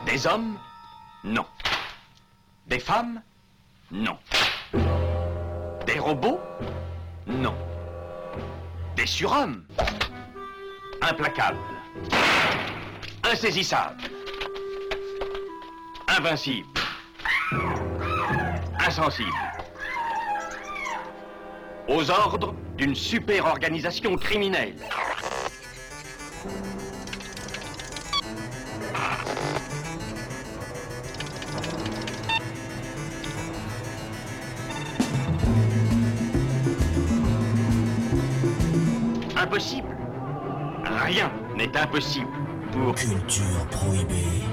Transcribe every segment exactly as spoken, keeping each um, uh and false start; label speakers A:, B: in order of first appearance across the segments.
A: Des hommes? Non. Des femmes? Non. Des robots? Non. Des surhommes? Implacables. Insaisissables. Invincibles. Insensibles. Aux ordres d'une super organisation criminelle. Impossible. Rien n'est impossible pour
B: Culture Prohibée.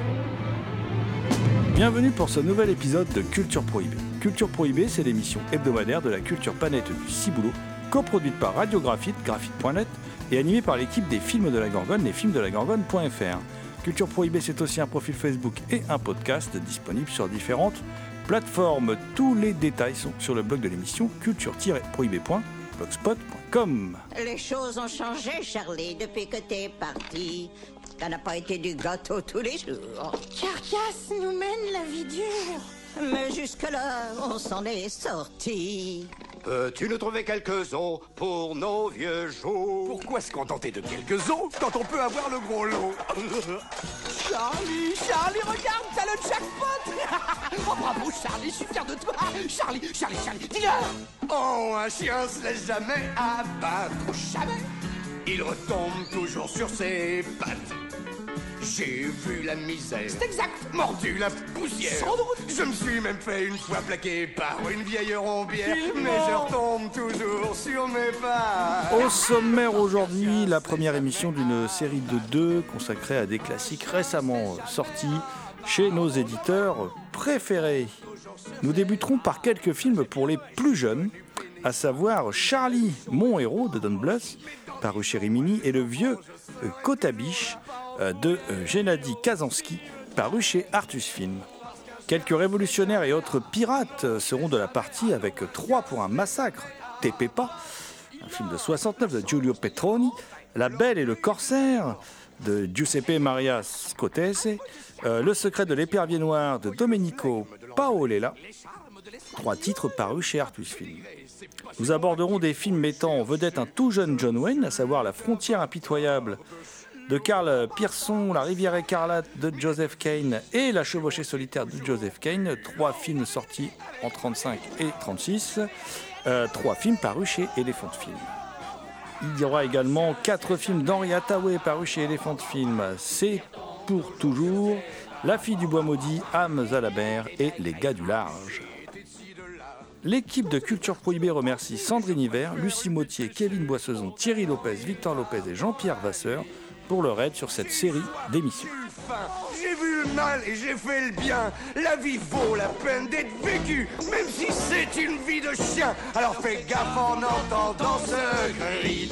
C: Bienvenue pour ce nouvel épisode de Culture Prohibée. Culture Prohibée, c'est l'émission hebdomadaire de la culture planète du Ciboulot, coproduite par Radiographite, graphite point net et animée par l'équipe des films de la Gorgone, les films de la Gorgone point f r. Culture Prohibée, c'est aussi un profil Facebook et un podcast disponible sur différentes plateformes. Tous les détails sont sur le blog de l'émission culture tiret prohibée point blogspot point com.
D: Les choses ont changé, Charlie, depuis que t'es parti. Ça n'a pas été du gâteau tous les jours.
E: Carcasse nous mène la vie dure.
D: Mais jusque-là, on s'en est sorti.
F: Peux-tu nous trouver quelques os pour nos vieux jours?
G: Pourquoi se contenter de quelques os quand on peut avoir le gros lot? Charlie, Charlie, regarde, t'as le jackpot. Oh bravo Charlie, je suis fier de toi. Charlie, Charlie, Charlie, dis-leur.
F: Oh, un chien se laisse jamais abattre.
G: Jamais.
F: Il retombe toujours sur ses pattes. J'ai vu la misère.
G: C'est exact.
F: Mordu la poussière.
G: Sans doute.
F: Je me suis même fait une fois plaqué par une vieille rombière.
G: Il
F: Mais
G: ment.
F: je retombe toujours sur mes pas.
C: Au sommaire aujourd'hui, la première émission d'une série de deux consacrée à des classiques récemment sortis chez nos éditeurs préférés. Nous débuterons par quelques films pour les plus jeunes, à savoir Charlie, mon héros de Don Bluth, paru chez Rimini, et Le vieux euh, Kotabiche euh, de euh, Gennady Kazanski, paru chez Artus Film. Quelques révolutionnaires et autres pirates euh, seront de la partie avec trois pour un massacre, Te Pepa, un film de soixante-neuf de Giulio Petroni, La Belle et le Corsaire de Giuseppe Maria Scotese, euh, Le secret de l'épervier noir de Domenico Paolella, trois titres parus chez Artus Film. Nous aborderons des films mettant en vedette un tout jeune John Wayne, à savoir La frontière impitoyable de Karl Pearson, La rivière écarlate de Joseph Kane et La chevauchée solitaire de Joseph Kane, trois films sortis en trente-cinq et trente-six, euh, trois films parus chez Elephant Film. Il y aura également quatre films d'Henri Hathaway parus chez Elephant Film, C'est pour toujours, La fille du bois maudit, Âmes à la mer et Les gars du large. L'équipe de Culture Prohibée remercie Sandrine Hiver, Lucie Mautier, Kevin Boissezon, Thierry Lopez, Victor Lopez et Jean-Pierre Vasseur pour leur aide sur cette série d'émissions.
F: J'ai vu le mal et j'ai fait le bien. La vie vaut la peine d'être vécue, même si c'est une vie de chien. Alors fais gaffe en entendant ce cri.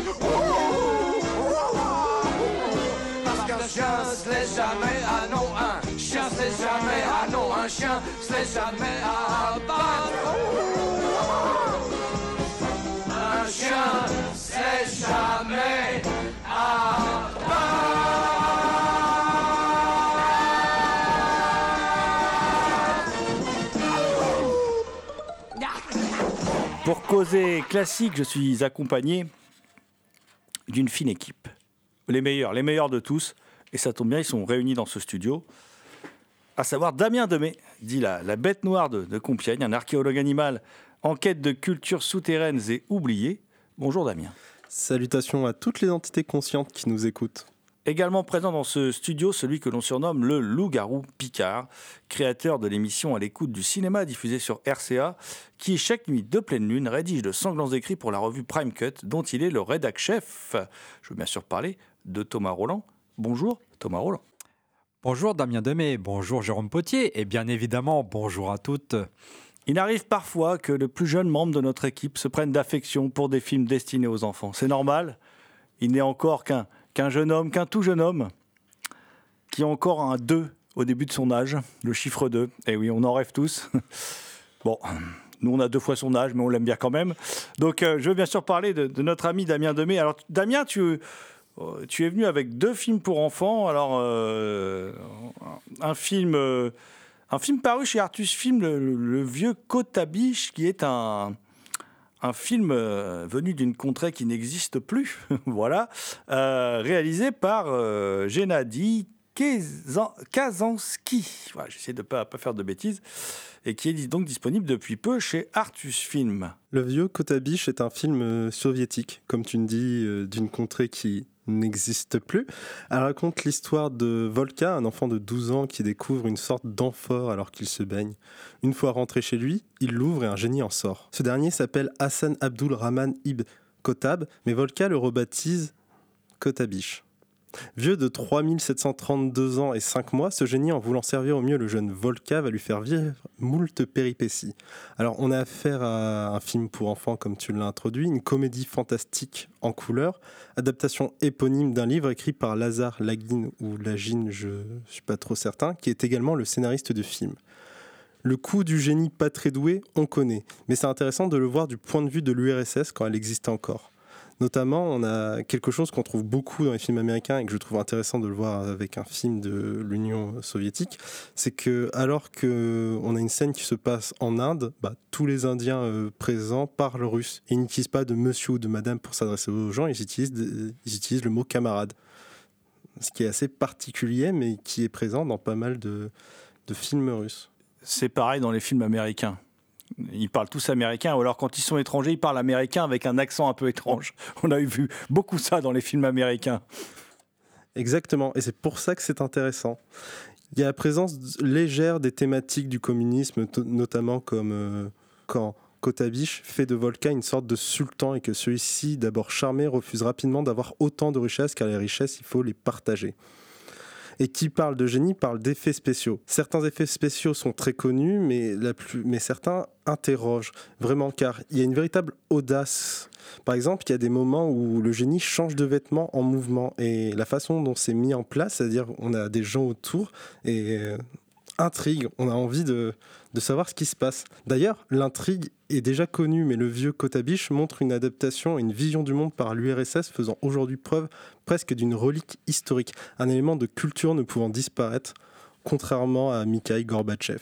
F: Parce qu'un chien se laisse jamais, ah non, un chien se laisse jamais, ah non, un chien se laisse jamais abattre. Un chien se laisse jamais abattre.
C: Pour causer classique, je suis accompagné d'une fine équipe. Les meilleurs, les meilleurs de tous. Et ça tombe bien, ils sont réunis dans ce studio. À savoir Damien Demey, dit la, la bête noire de, de Compiègne, un archéologue animal en quête de cultures souterraines et oubliées. Bonjour Damien.
H: Salutations à toutes les entités conscientes qui nous écoutent.
C: Également présent dans ce studio, celui que l'on surnomme le loup-garou Picard, créateur de l'émission À l'écoute du cinéma diffusée sur R C A, qui chaque nuit de pleine lune rédige de sanglants écrits pour la revue Prime Cut, dont il est le rédac-chef. Je veux bien sûr parler de Thomas Roland. Bonjour Thomas Roland.
I: Bonjour Damien Demey, bonjour Jérôme Potier, et bien évidemment bonjour à toutes.
C: Il arrive parfois que le plus jeune membre de notre équipe se prenne d'affection pour des films destinés aux enfants. C'est normal, il n'est encore qu'un qu'un jeune homme, qu'un tout jeune homme, qui a encore un deux au début de son âge, le chiffre deux. Et oui, on en rêve tous. Bon, nous on a deux fois son âge, mais on l'aime bien quand même. Donc euh, je veux bien sûr parler de, de notre ami Damien Demey. Alors Damien, tu, euh, tu es venu avec deux films pour enfants. Alors, euh, un film, euh, un film paru chez Artus Film, le, le, le vieux Kotabiche, qui est un, un film euh, venu d'une contrée qui n'existe plus, voilà, euh, réalisé par euh, Gennady Kazanski. Voilà, j'essaie de ne pas, pas faire de bêtises. Et qui est donc disponible depuis peu chez Artus Film.
H: Le vieux Kotabiche est un film euh, soviétique, comme tu me dis, euh, d'une contrée qui n'existe plus. Elle raconte l'histoire de Volka, un enfant de douze ans qui découvre une sorte d'amphore alors qu'il se baigne. Une fois rentré chez lui, il l'ouvre et un génie en sort. Ce dernier s'appelle Hassan Abdul Rahman Ibn Kotab, mais Volka le rebaptise Kotabiche. Vieux de trois mille sept cent trente-deux ans et cinq mois, ce génie, en voulant servir au mieux le jeune Volka, va lui faire vivre moult péripéties. Alors, on a affaire à un film pour enfants, comme tu l'as introduit, une comédie fantastique en couleur, adaptation éponyme d'un livre écrit par Lazar Lagin ou Lagin, je ne suis pas trop certain, qui est également le scénariste du film. Le coup du génie pas très doué, on connaît, mais c'est intéressant de le voir du point de vue de l'U R S S quand elle existait encore. Notamment, on a quelque chose qu'on trouve beaucoup dans les films américains et que je trouve intéressant de le voir avec un film de l'Union soviétique, c'est que alors qu'on a une scène qui se passe en Inde, bah, tous les Indiens euh, présents parlent russe. Et ils n'utilisent pas de monsieur ou de madame pour s'adresser aux gens, ils utilisent, de, ils utilisent le mot camarade. Ce qui est assez particulier, mais qui est présent dans pas mal de, de films russes.
C: C'est pareil dans les films américains. Ils parlent tous américain, ou alors quand ils sont étrangers, ils parlent américain avec un accent un peu étrange. On a eu vu beaucoup ça dans les films américains.
H: Exactement, et c'est pour ça que c'est intéressant. Il y a la présence légère des thématiques du communisme, t- notamment comme euh, quand Kotabiche fait de Volka une sorte de sultan et que celui-ci, d'abord charmé, refuse rapidement d'avoir autant de richesses, car les richesses, il faut les partager. Et qui parle de génie parle d'effets spéciaux. Certains effets spéciaux sont très connus, mais, la plus, mais certains interrogent vraiment, car il y a une véritable audace. Par exemple, il y a des moments où le génie change de vêtements en mouvement, et la façon dont c'est mis en place, c'est-à-dire on a des gens autour, et euh, intrigue, on a envie de, de savoir ce qui se passe. D'ailleurs, l'intrigue est déjà connue, mais le vieux Kotabiche montre une adaptation et une vision du monde par l'U R S S faisant aujourd'hui preuve presque d'une relique historique, un élément de culture ne pouvant disparaître, contrairement à Mikhaïl Gorbatchev.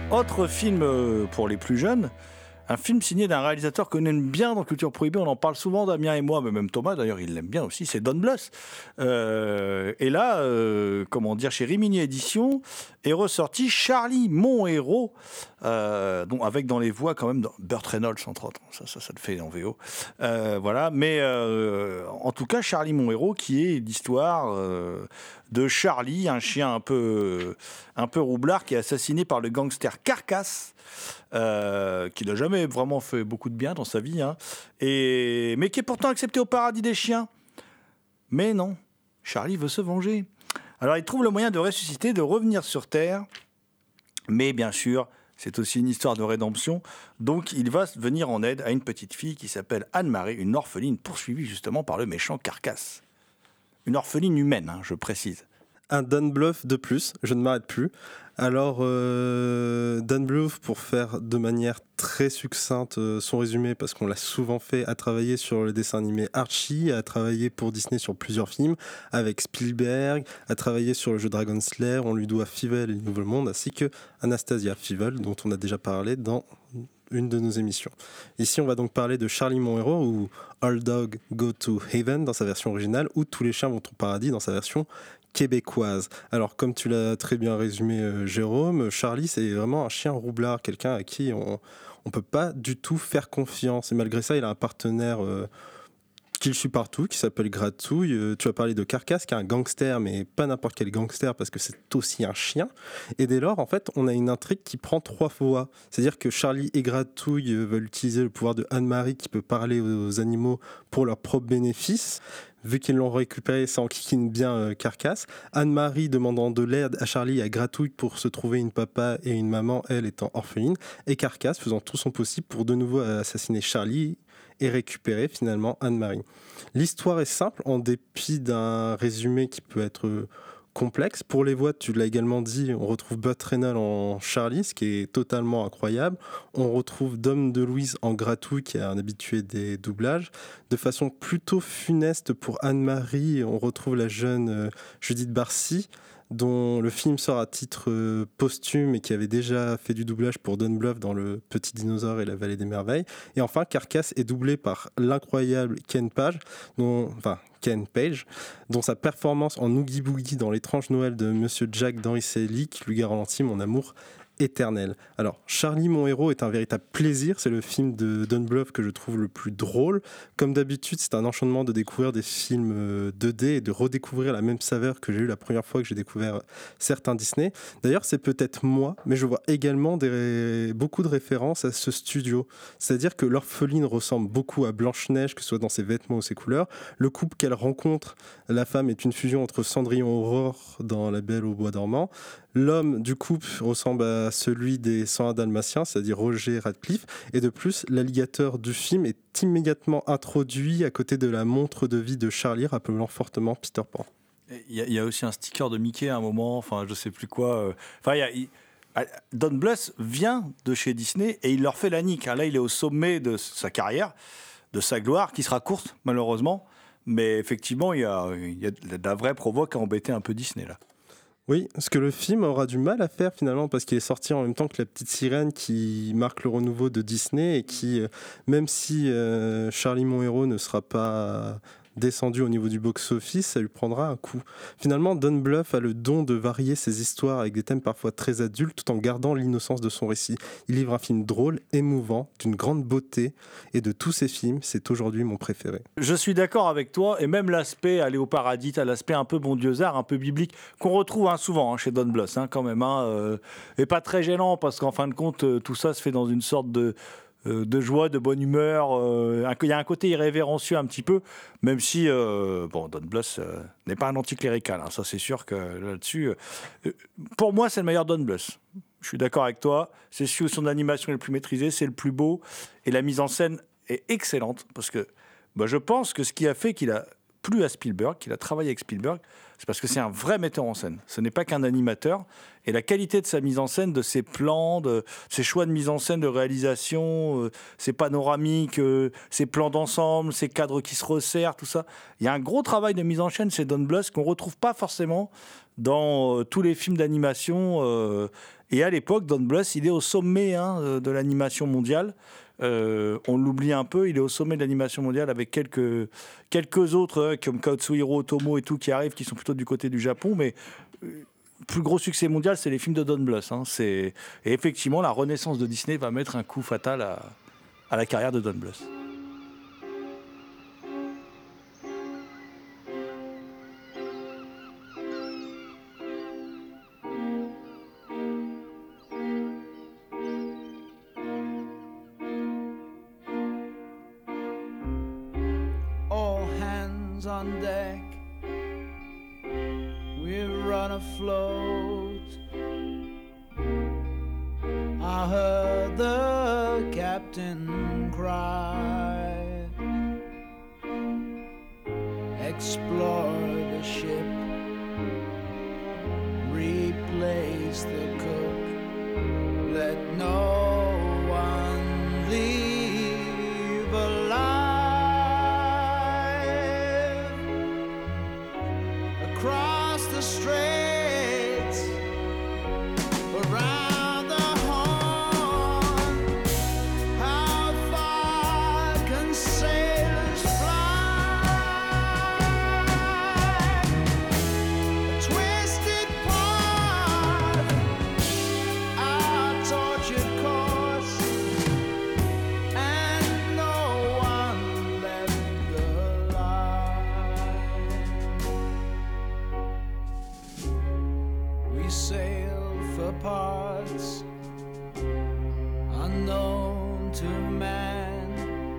C: Autre film euh, pour les plus jeunes, un film signé d'un réalisateur qu'on aime bien dans Culture Prohibée, on en parle souvent, Damien et moi, mais même Thomas d'ailleurs il l'aime bien aussi, c'est Don Bluth. Euh, et là, euh, comment dire, chez Rimini Éditions est ressorti Charlie, mon héros, euh, dont, avec dans les voix quand même Burt Reynolds entre autres, ça, ça, ça le fait en V O. Euh, voilà, mais euh, en tout cas Charlie, mon héros, qui est l'histoire euh, de Charlie, un chien un peu, un peu roublard qui est assassiné par le gangster Carcass. Euh, qui n'a jamais vraiment fait beaucoup de bien dans sa vie, hein, et, mais qui est pourtant accepté au paradis des chiens. Mais non, Charlie veut se venger. Alors il trouve le moyen de ressusciter, de revenir sur Terre, mais bien sûr, c'est aussi une histoire de rédemption, donc il va venir en aide à une petite fille qui s'appelle Anne-Marie, une orpheline poursuivie justement par le méchant Carcass. Une orpheline humaine, hein, je précise.
H: Un Dan Bluth de plus, je ne m'arrête plus. Alors, euh, Dan Bluth, pour faire de manière très succincte euh, son résumé, parce qu'on l'a souvent fait, a travaillé sur le dessin animé Archie, a travaillé pour Disney sur plusieurs films, avec Spielberg, a travaillé sur le jeu Dragon Slayer, on lui doit Fievel et le Nouveau Monde, ainsi que Anastasia Fievel, dont on a déjà parlé dans une de nos émissions. Ici, on va donc parler de Charlie, mon héros, ou All Dogs Go to Heaven dans sa version originale, ou Tous les chiens vont au paradis dans sa version québécoise. Alors, comme tu l'as très bien résumé, euh, Jérôme, Charlie, c'est vraiment un chien roublard, quelqu'un à qui on ne peut pas du tout faire confiance. Et malgré ça, il a un partenaire euh, qui le suit partout, qui s'appelle Gratouille. Euh, tu as parlé de Carcass, qui est un gangster, mais pas n'importe quel gangster, parce que c'est aussi un chien. Et dès lors, en fait, on a une intrigue qui prend trois voies. C'est-à-dire que Charlie et Gratouille veulent utiliser le pouvoir de Anne-Marie, qui peut parler aux animaux pour leur propre bénéfice. Vu qu'ils l'ont récupéré, ça enquiquine bien euh, Carcass. Anne-Marie demandant de l'aide à Charlie et à Gratouille pour se trouver une papa et une maman, elle étant orpheline. Et Carcass faisant tout son possible pour de nouveau assassiner Charlie et récupérer finalement Anne-Marie. L'histoire est simple, en dépit d'un résumé qui peut être euh, complexe. Pour les voix, tu l'as également dit, on retrouve Burt Reynolds en Charlie, ce qui est totalement incroyable. On retrouve Dom DeLuise en Gratouille, qui est un habitué des doublages. De façon plutôt funeste pour Anne-Marie, on retrouve la jeune euh, Judith Barcy, dont le film sort à titre euh, posthume et qui avait déjà fait du doublage pour Don Bluth dans Le Petit Dinosaure et La Vallée des Merveilles. Et enfin, Carcass est doublé par l'incroyable Ken Page, dont, enfin, Ken Page, dont sa performance en Oogie Boogie dans L'étrange Noël de Monsieur Jack d'Henry Selick lui garantit mon amour éternel. Alors, Charlie, mon héros est un véritable plaisir. C'est le film de Don Bluth que je trouve le plus drôle. Comme d'habitude, c'est un enchaînement de découvrir des films deux D et de redécouvrir la même saveur que j'ai eu la première fois que j'ai découvert certains Disney. D'ailleurs, c'est peut-être moi, mais je vois également des ré... beaucoup de références à ce studio. C'est-à-dire que l'orpheline ressemble beaucoup à Blanche-Neige, que ce soit dans ses vêtements ou ses couleurs. Le couple qu'elle rencontre, la femme, est une fusion entre Cendrillon et Aurore dans La Belle au bois dormant. L'homme du couple ressemble à celui des cent un Dalmatiens, c'est-à-dire Roger Radcliffe. Et de plus, l'alligator du film est immédiatement introduit à côté de la montre de vie de Charlie, rappelant fortement Peter Pan.
C: Il y, y a aussi un sticker de Mickey à un moment, enfin je sais plus quoi. Enfin, il y a, il... Don Bluth vient de chez Disney et il leur fait la nique. Là, il est au sommet de sa carrière, de sa gloire, qui sera courte malheureusement. Mais effectivement, il y a, il y a de la vraie provoque à embêter un peu Disney là.
H: Oui, ce que le film aura du mal à faire finalement parce qu'il est sorti en même temps que La Petite Sirène qui marque le renouveau de Disney et qui, même si euh, Charlie, mon héros ne sera pas descendu au niveau du box-office, ça lui prendra un coup. Finalement, Don Bluth a le don de varier ses histoires avec des thèmes parfois très adultes tout en gardant l'innocence de son récit. Il livre un film drôle, émouvant, d'une grande beauté et de tous ses films, c'est aujourd'hui mon préféré.
C: Je suis d'accord avec toi et même l'aspect aller au paradis, t'as l'aspect un peu bon Dieu-zard, un peu biblique qu'on retrouve hein, souvent hein, chez Don Bluth hein, quand même hein, euh, et pas très gênant parce qu'en fin de compte euh, tout ça se fait dans une sorte de de joie, de bonne humeur. Il euh, y a un côté irrévérencieux un petit peu, même si euh, bon, Don Bluth euh, n'est pas un anticlérical. Hein, ça, c'est sûr que là-dessus, euh, pour moi, c'est le meilleur Don Bluth. Je suis d'accord avec toi. C'est celui où son animation est le plus maîtrisée, c'est le plus beau, et la mise en scène est excellente parce que bah, je pense que ce qui a fait qu'il a plu à Spielberg, qu'il a travaillé avec Spielberg, c'est parce que c'est un vrai metteur en scène. Ce n'est pas qu'un animateur. Et la qualité de sa mise en scène, de ses plans, de ses choix de mise en scène, de réalisation, euh, ses panoramiques, euh, ses plans d'ensemble, ses cadres qui se resserrent, tout ça. Il y a un gros travail de mise en scène chez Don Bluth qu'on ne retrouve pas forcément dans euh, tous les films d'animation. Euh, et à l'époque, Don Bluth, il est au sommet hein, de l'animation mondiale. Euh, on l'oublie un peu, il est au sommet de l'animation mondiale avec quelques, quelques autres, hein, comme Katsuhiro Otomo et tout, qui arrivent, qui sont plutôt du côté du Japon. Mais le plus gros succès mondial, c'est les films de Don Bluth. Hein. C'est... Et effectivement, la renaissance de Disney va mettre un coup fatal à, à la carrière de Don Bluth.
B: On deck, we run afloat. I heard the captain cry. Explore the ship, replace the cook, let no one leave alive. Across the straits, around the horn, how far can sailors fly? A twisted path, our tortured course, and no one left alive. We sail for parts unknown to man,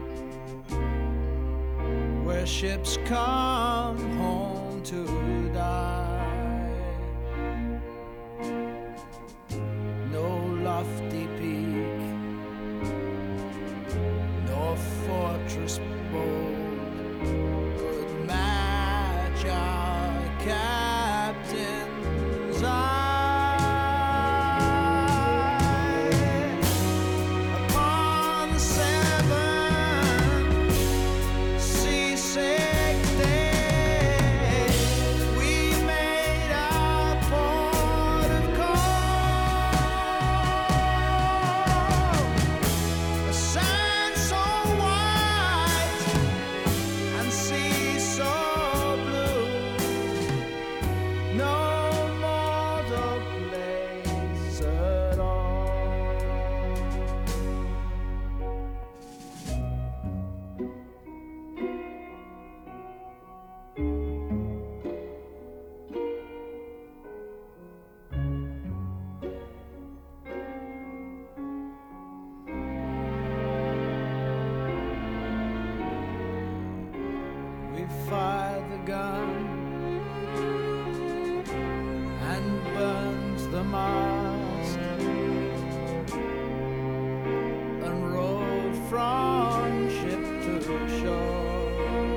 B: where ships come home to die. No lofty peak, nor fortress bold could match our captain's eye. Upon the seven seasick days, we made our port of call. A sand so white and sea so blue, no mortal place at all. We fired the gun and burned the mast and rowed from ship to shore.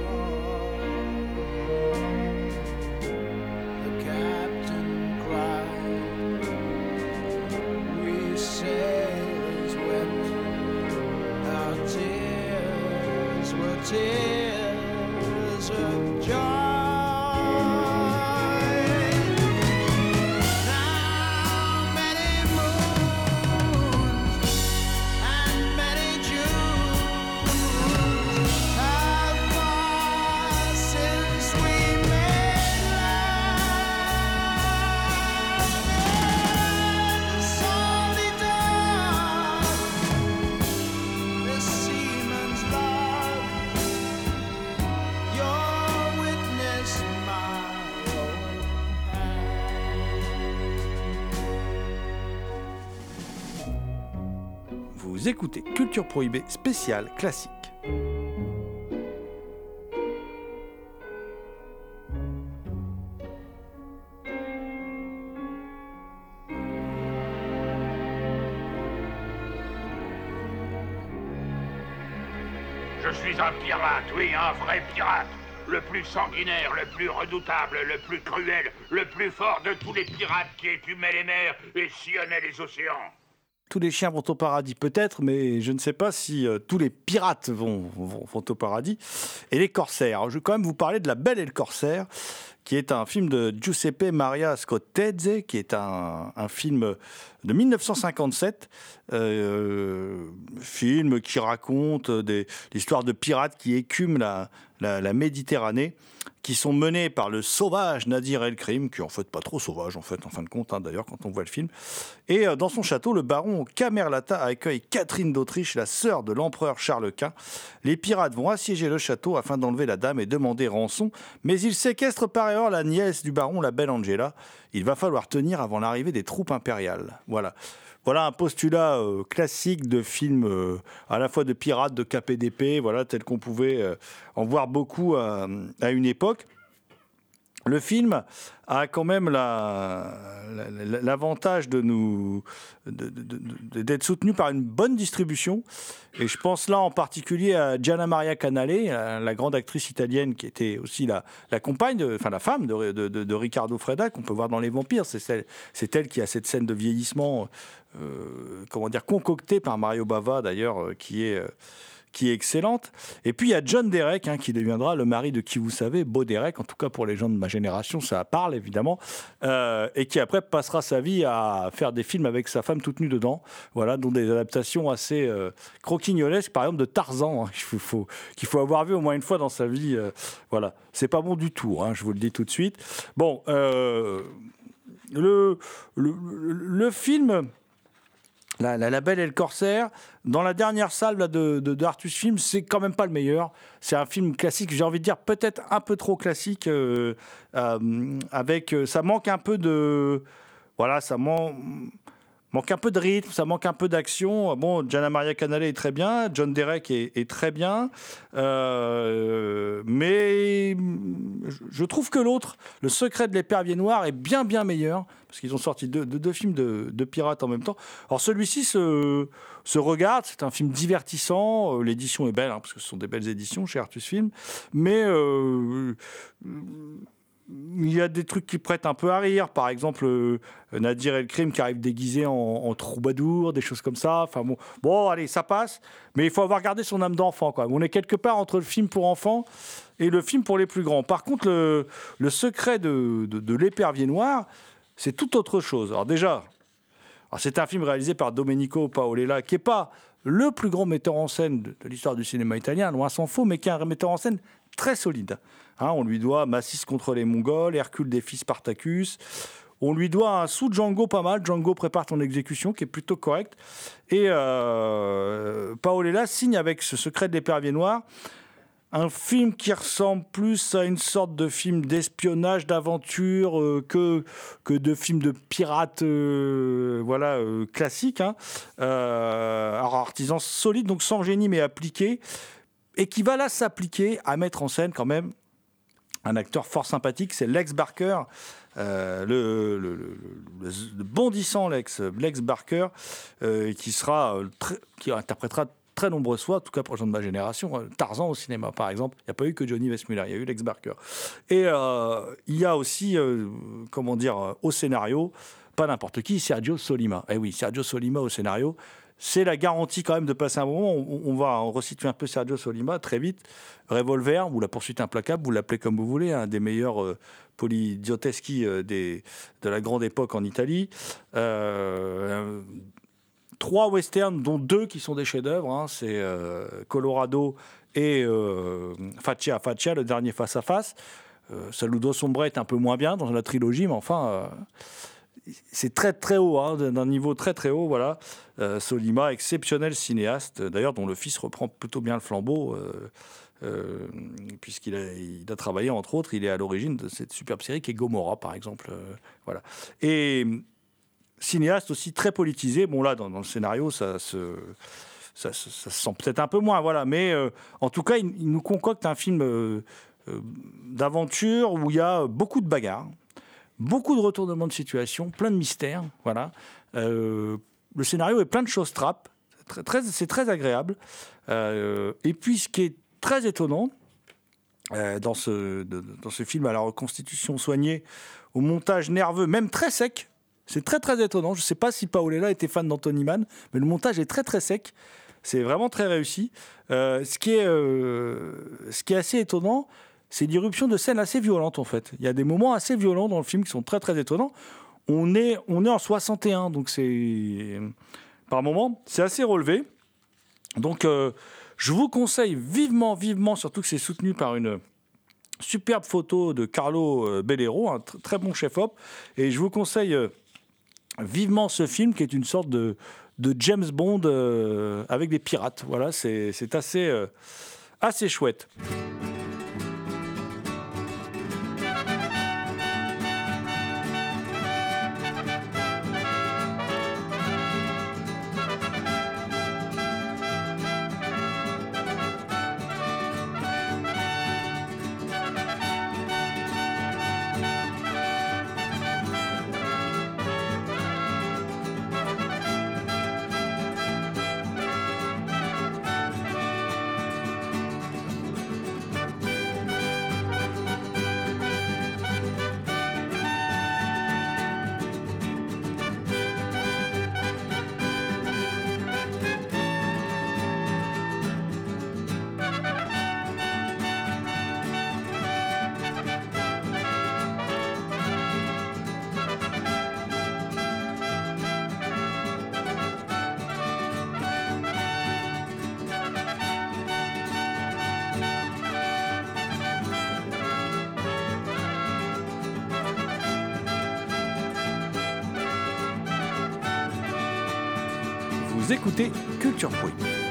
B: The captain cried, we sailors wept, our tears were tears of joy. Now many moons and many Junes have passed since we made love. And the salty dark, this seaman's love, your witness, my own hand.
C: Vous écoutez Culture Prohibée spéciale classique.
A: Je suis un pirate, oui, un vrai pirate. Le plus sanguinaire, le plus redoutable, le plus cruel, le plus fort de tous les pirates qui écumaient les mers et sillonnaient les océans.
C: Tous les chiens vont au paradis peut-être, mais je ne sais pas si euh, tous les pirates vont, vont, vont au paradis. Et les corsaires. Alors, je vais quand même vous parler de La Belle et le Corsaire, qui est un film de Giuseppe Maria Scottese, qui est un, un film de mille neuf cent cinquante-sept, euh, film qui raconte des, l'histoire de pirates qui écument la, la, la Méditerranée, qui sont menés par le sauvage Nadir El-Krim, qui est en fait pas trop sauvage en fait, en fin de compte, hein, d'ailleurs, quand on voit le film. Et euh, dans son château, le baron Camerlata accueille Catherine d'Autriche, la sœur de l'empereur Charles Quint. Les pirates vont assiéger le château afin d'enlever la dame et demander rançon, mais ils séquestrent par erreur la nièce du baron, la belle Angela. Il va falloir tenir avant l'arrivée des troupes impériales. Voilà. Voilà un postulat euh, classique de film euh, à la fois de pirates, de K P D P, voilà, tel qu'on pouvait euh, en voir beaucoup à, à une époque. Le film a quand même la, la, l'avantage de nous, de, de, de, d'être soutenu par une bonne distribution. Et je pense là en particulier à Gianna Maria Canale, la, la grande actrice italienne qui était aussi la, la compagne, de, enfin la femme de, de, de, de Riccardo Freda, qu'on peut voir dans Les Vampires. C'est, celle, c'est elle qui a cette scène de vieillissement, euh, comment dire, concoctée par Mario Bava d'ailleurs, euh, qui est... Euh, qui est excellente. Et puis il y a John Derek, hein, qui deviendra le mari de Qui vous savez, Beau Derek, en tout cas pour les gens de ma génération, ça parle évidemment, euh, et qui après passera sa vie à faire des films avec sa femme toute nue dedans, voilà, dont des adaptations assez euh, croquignolesques, par exemple de Tarzan, hein, qu'il faut, faut, qu'il faut avoir vu au moins une fois dans sa vie. Euh, voilà, c'est pas bon du tout, hein, je vous le dis tout de suite. Bon, euh, le, le, le film... La, la, la Belle et le Corsaire, dans la dernière salle là, de, de, de Artus Film, c'est quand même pas le meilleur. C'est un film classique, j'ai envie de dire peut-être un peu trop classique. Euh, euh, avec, ça manque un peu de, voilà, ça man, manque un peu de rythme, ça manque un peu d'action. Bon, Gianna Maria Canale est très bien, John Derek est, est très bien, euh, mais je trouve que l'autre, Le Secret de l'épervier noir, est bien bien meilleur. Parce qu'ils ont sorti deux, deux, deux films de, de pirates en même temps. Alors celui-ci se, se regarde, c'est un film divertissant, euh, l'édition est belle, hein, parce que ce sont des belles éditions chez Artus Film, mais euh, il y a des trucs qui prêtent un peu à rire, par exemple euh, Nadir El-Krim qui arrive déguisé en, en troubadour, des choses comme ça, enfin bon, bon allez, ça passe, mais il faut avoir gardé son âme d'enfant, quoi. On est quelque part entre le film pour enfants et le film pour les plus grands. Par contre, le, le secret de, de, de l'épervier noir, c'est tout autre chose. Alors déjà, alors c'est un film réalisé par Domenico Paolella, qui n'est pas le plus grand metteur en scène de, de l'histoire du cinéma italien, loin s'en faut, mais qui est un metteur en scène très solide. Hein, on lui doit Massis contre les Mongols, Hercule défie Spartacus. On lui doit un sous Django pas mal. Django prépare ton exécution, qui est plutôt correct. Et euh, Paolella signe avec ce Secret de l'épervier noir un film qui ressemble plus à une sorte de film d'espionnage, d'aventure, euh, que, que de film de pirates euh, voilà, euh, classique. Hein. Euh, alors, artisan solide, donc sans génie, mais appliqué. Et qui va là s'appliquer à mettre en scène quand même un acteur fort sympathique, c'est Lex Barker, euh, le, le, le, le, le bondissant Lex, Lex Barker, euh, qui, sera, euh, très, qui interprétera très nombreuses fois, en tout cas pour les gens de ma génération, Tarzan au cinéma par exemple, il n'y a pas eu que Johnny Weissmuller, il y a eu Lex Barker. Et euh, il y a aussi, euh, comment dire, au scénario, pas n'importe qui, Sergio Solima. Eh oui, Sergio Solima au scénario, c'est la garantie quand même de passer un moment. On, on va resituer un peu Sergio Solima très vite. Revolver, ou La poursuite implacable, vous l'appelez comme vous voulez, un des meilleurs euh, polidioteschi euh, des, de la grande époque en Italie. Euh, Trois westerns, dont deux qui sont des chefs-d'œuvre, hein, c'est euh, Colorado et euh, Faccia Faccia, le dernier face à face. Euh, Saludo Sombre est un peu moins bien dans la trilogie, mais enfin, euh, c'est très très haut, hein, d'un niveau très très haut. Voilà, euh, Solima, exceptionnel cinéaste, d'ailleurs dont le fils reprend plutôt bien le flambeau, euh, euh, puisqu'il a, il a travaillé entre autres, il est à l'origine de cette superbe série qui est Gomorrah, par exemple. Euh, voilà. Et cinéaste aussi très politisé. Bon, là, dans, dans le scénario, ça se, ça, ça, ça se sent peut-être un peu moins, voilà. Mais euh, en tout cas, il, il nous concocte un film euh, euh, d'aventure où il y a beaucoup de bagarres, beaucoup de retournements de situation, plein de mystères, voilà. Euh, le scénario est plein de choses trappes. Très, très, c'est très agréable. Euh, et puis, ce qui est très étonnant euh, dans, ce, de, dans ce film à la reconstitution soignée, au montage nerveux, même très sec. C'est très très étonnant. Je ne sais pas si Paolella était fan d'Anthony Mann, mais le montage est très très sec. C'est vraiment très réussi. Euh, ce, qui est, euh, ce qui est assez étonnant, c'est l'irruption de scènes assez violentes, en fait. Il y a des moments assez violents dans le film qui sont très, très étonnants. On est, on est en soixante et un, donc c'est... Par moment, c'est assez relevé. Donc, euh, je vous conseille vivement, vivement, surtout que c'est soutenu par une superbe photo de Carlo Bellero, un tr- très bon chef-op. Et je vous conseille euh, vivement ce film qui est une sorte de, de James Bond euh, avec des pirates. Voilà, c'est, c'est assez, euh, assez chouette. Vous écoutez Culture Point.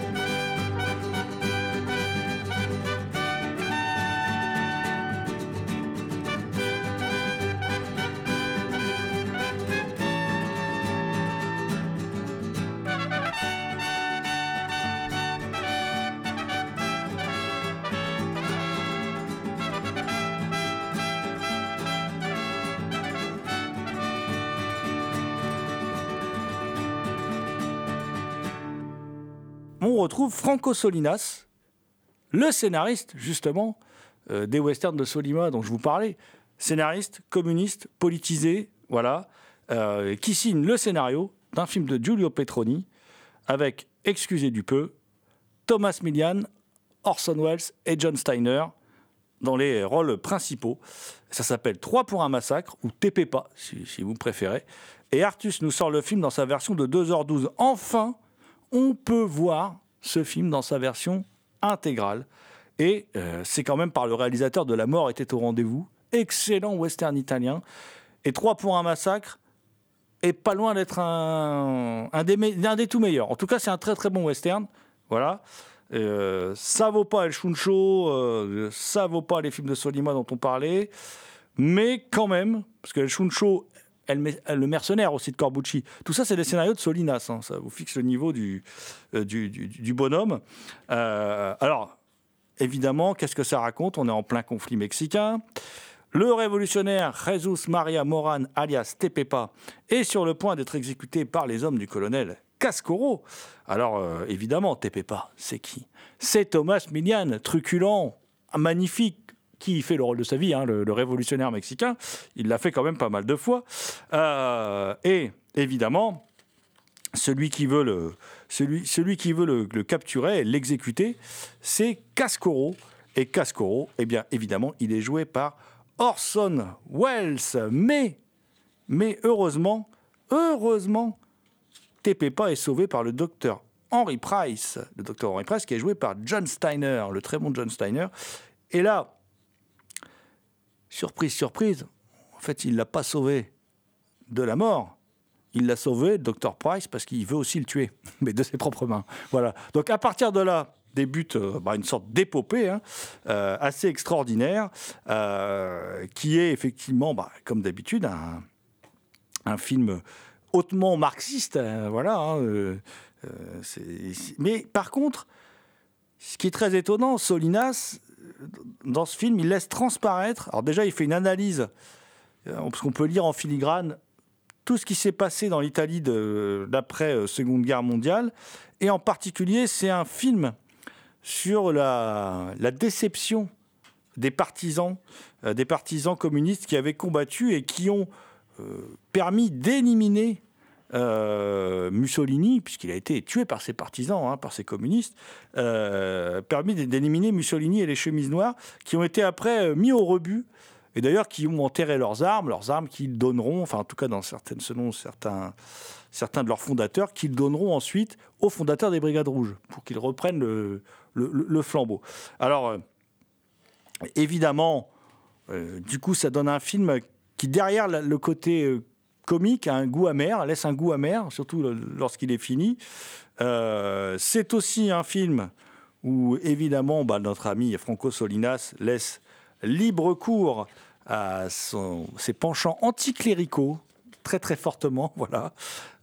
C: On retrouve Franco Solinas, le scénariste, justement, euh, des westerns de Solima dont je vous parlais. Scénariste, communiste, politisé, voilà, euh, qui signe le scénario d'un film de Giulio Petroni avec, excusez du peu, Thomas Millian, Orson Welles et John Steiner dans les rôles principaux. Ça s'appelle trois pour un massacre, ou T P P A, si, si vous préférez. Et Artus nous sort le film dans sa version de deux heures douze. Enfin, on peut voir ce film dans sa version intégrale. Et euh, c'est quand même par le réalisateur de La mort était au rendez-vous. Excellent western italien. Et trois pour un massacre est pas loin d'être un, un, des, me- un des tout meilleurs. En tout cas, c'est un très très bon western. Voilà. Euh, ça vaut pas El Chuncho, euh, ça vaut pas les films de Solima dont on parlait. Mais quand même, parce que El Chuncho... Elle, elle, le mercenaire aussi de Corbucci. Tout ça, c'est des scénarios de Solinas. Hein. Ça vous fixe le niveau du, euh, du, du, du bonhomme. Euh, alors, évidemment, qu'est-ce que ça raconte ? On est en plein conflit mexicain. Le révolutionnaire Jesus Maria Moran, alias T P P A, est sur le point d'être exécuté par les hommes du colonel Cascoro. Alors, euh, évidemment, T P P A, c'est qui ? C'est Thomas Millian, truculent, magnifique, qui fait le rôle de sa vie, hein, le, le révolutionnaire mexicain. Il l'a fait quand même pas mal de fois. Euh, et évidemment, celui qui veut le, celui, celui qui veut le, le capturer et l'exécuter, c'est Cascoro. Et Cascoro, eh bien, évidemment, il est joué par Orson Welles. Mais, mais heureusement, heureusement, T P P A est sauvé par le docteur Henry Price. Le docteur Henry Price qui est joué par John Steiner, le très bon John Steiner. Et là, surprise, surprise, en fait, il ne l'a pas sauvé de la mort. Il l'a sauvé, le docteur Price, parce qu'il veut aussi le tuer, mais de ses propres mains. Voilà. Donc, à partir de là, débute euh, bah, une sorte d'épopée hein, euh, assez extraordinaire, euh, qui est effectivement, bah, comme d'habitude, un, un film hautement marxiste. Hein, voilà. Hein, euh, euh, c'est, c'est... Mais par contre, ce qui est très étonnant, Solinas, dans ce film, il laisse transparaître... Alors déjà, il fait une analyse, parce qu'on peut lire en filigrane tout ce qui s'est passé dans l'Italie de, d'après euh, Seconde Guerre mondiale. Et en particulier, c'est un film sur la, la déception des partisans, euh, des partisans communistes qui avaient combattu et qui ont euh, permis d'éliminer euh, Mussolini, puisqu'il a été tué par ses partisans, hein, par ses communistes, euh, permis d'éliminer Mussolini et les chemises noires, qui ont été après euh, mis au rebut, et d'ailleurs qui ont enterré leurs armes, leurs armes qu'ils donneront, enfin en tout cas dans certaines, selon certains, certains de leurs fondateurs, qu'ils donneront ensuite aux fondateurs des Brigades Rouges, pour qu'ils reprennent le, le, le flambeau. Alors, euh, évidemment, euh, du coup, ça donne un film qui, derrière le côté euh, comique, a un goût amer, laisse un goût amer, surtout lorsqu'il est fini. Euh, c'est aussi un film où, évidemment, bah, notre ami Franco Solinas laisse libre cours à son, ses penchants anticléricaux, très très fortement, voilà.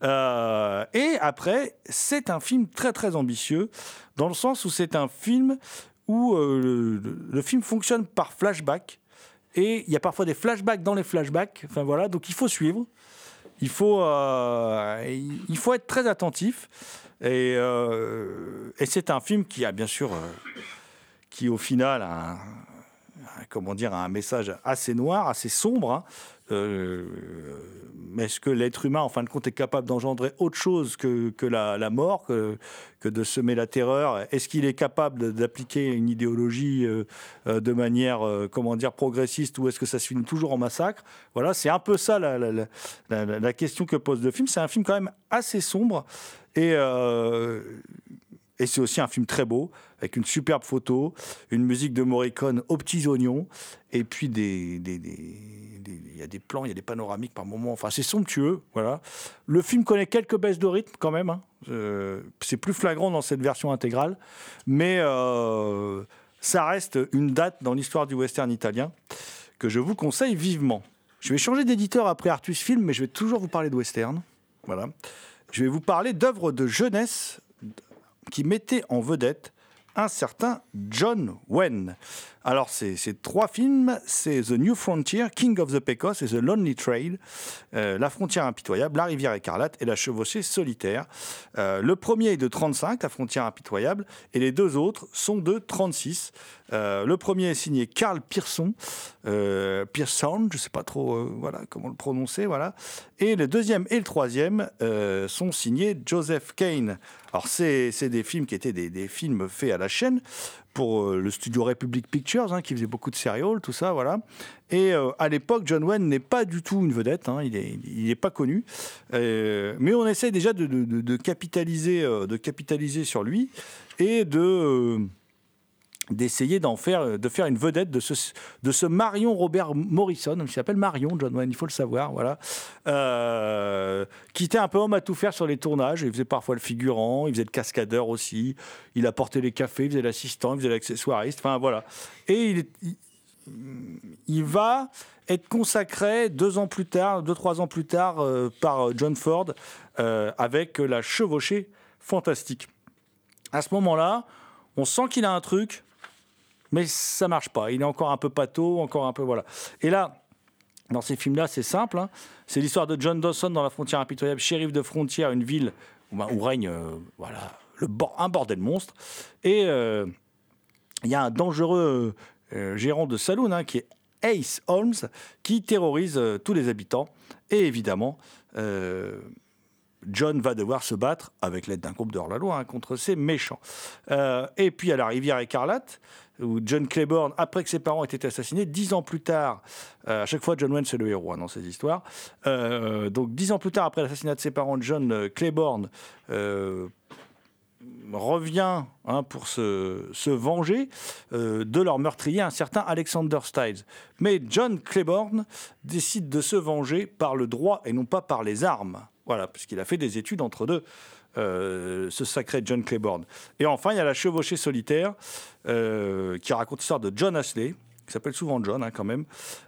C: Euh, et après, c'est un film très très ambitieux, dans le sens où c'est un film où euh, le, le film fonctionne par flashback, et il y a parfois des flashbacks dans les flashbacks, enfin voilà, donc il faut suivre, il faut, euh, il faut être très attentif, et, euh, et c'est un film qui a bien sûr, euh, qui au final a un, comment dire, un message assez noir, assez sombre, hein. Euh, mais est-ce que l'être humain, en fin de compte, est capable d'engendrer autre chose que, que la, la mort, que, que de semer la terreur? Est-ce qu'il est capable d'appliquer une idéologie euh, de manière, euh, comment dire, progressiste, ou est-ce que ça se finit toujours en massacre? Voilà, c'est un peu ça la, la, la, la, la question que pose le film. C'est un film quand même assez sombre, et... Euh, Et c'est aussi un film très beau, avec une superbe photo, une musique de Morricone aux petits oignons, et puis des, des, des, des, il y a des plans, il y a des panoramiques par moments. Enfin, c'est somptueux, voilà. Le film connaît quelques baisses de rythme quand même, hein. Euh, c'est plus flagrant dans cette version intégrale, mais euh, ça reste une date dans l'histoire du western italien que je vous conseille vivement. Je vais changer d'éditeur après Artus Film, mais je vais toujours vous parler de western. Voilà. Je vais vous parler d'œuvres de jeunesse qui mettait en vedette un certain John Wayne. Alors, c'est, c'est trois films, c'est The New Frontier, King of the Pecos et The Lonely Trail, euh, La Frontière Impitoyable, La Rivière Écarlate et La Chevauchée Solitaire. Euh, le premier est de trente-cinq, La Frontière Impitoyable, et les deux autres sont de trente-six. Euh, le premier est signé Carl Pearson, euh, Pearson, je ne sais pas trop euh, voilà, comment le prononcer, voilà. Et le deuxième et le troisième euh, sont signés Joseph Kane. Alors, c'est, c'est des films qui étaient des, des films faits à la chaîne pour euh, le studio Republic Pictures, hein, qui faisait beaucoup de serials, tout ça, voilà. Et euh, à l'époque, John Wayne n'est pas du tout une vedette, hein, il n'est il est pas connu. Euh, mais on essaie déjà de, de, de, capitaliser, euh, de capitaliser sur lui et de... Euh, d'essayer d'en faire, de faire une vedette de ce, de ce Marion Robert Morrison, il s'appelle Marion, John Wayne, il faut le savoir, voilà, euh, qui était un peu homme à tout faire sur les tournages. Il faisait parfois le figurant, il faisait le cascadeur aussi, il apportait les cafés, il faisait l'assistant, il faisait l'accessoiriste, enfin voilà. Et il, il, il va être consacré deux ans plus tard, deux, trois ans plus tard, euh, par John Ford, euh, avec La Chevauchée Fantastique. À ce moment-là, on sent qu'il a un truc, mais ça marche pas. Il est encore un peu pâteau, encore un peu... Voilà. Et là, dans ces films-là, c'est simple, hein. C'est l'histoire de John Dawson dans La Frontière Impitoyable, shérif de frontière, une ville où, où règne euh, voilà, le bord, un bordel monstre. Et il euh, y a un dangereux euh, gérant de saloon, hein, qui est Ace Holmes, qui terrorise euh, tous les habitants. Et évidemment... Euh, John va devoir se battre, avec l'aide d'un groupe de hors-la-loi, hein, contre ces méchants. Euh, et puis à La Rivière Écarlate, où John Claiborne, après que ses parents aient été assassinés, dix ans plus tard, euh, à chaque fois John Wayne c'est le héros, hein, dans ces histoires, euh, donc dix ans plus tard, après l'assassinat de ses parents, John Claiborne euh, revient, hein, pour se, se venger euh, de leur meurtrier, un certain Alexander Stiles. Mais John Claiborne décide de se venger par le droit et non pas par les armes. Voilà, puisqu'il a fait des études entre deux, euh, ce sacré John Claiborne. Et enfin, il y a La Chevauchée Solitaire, euh, qui raconte l'histoire de John Ashley, qui s'appelle souvent John, hein, quand même.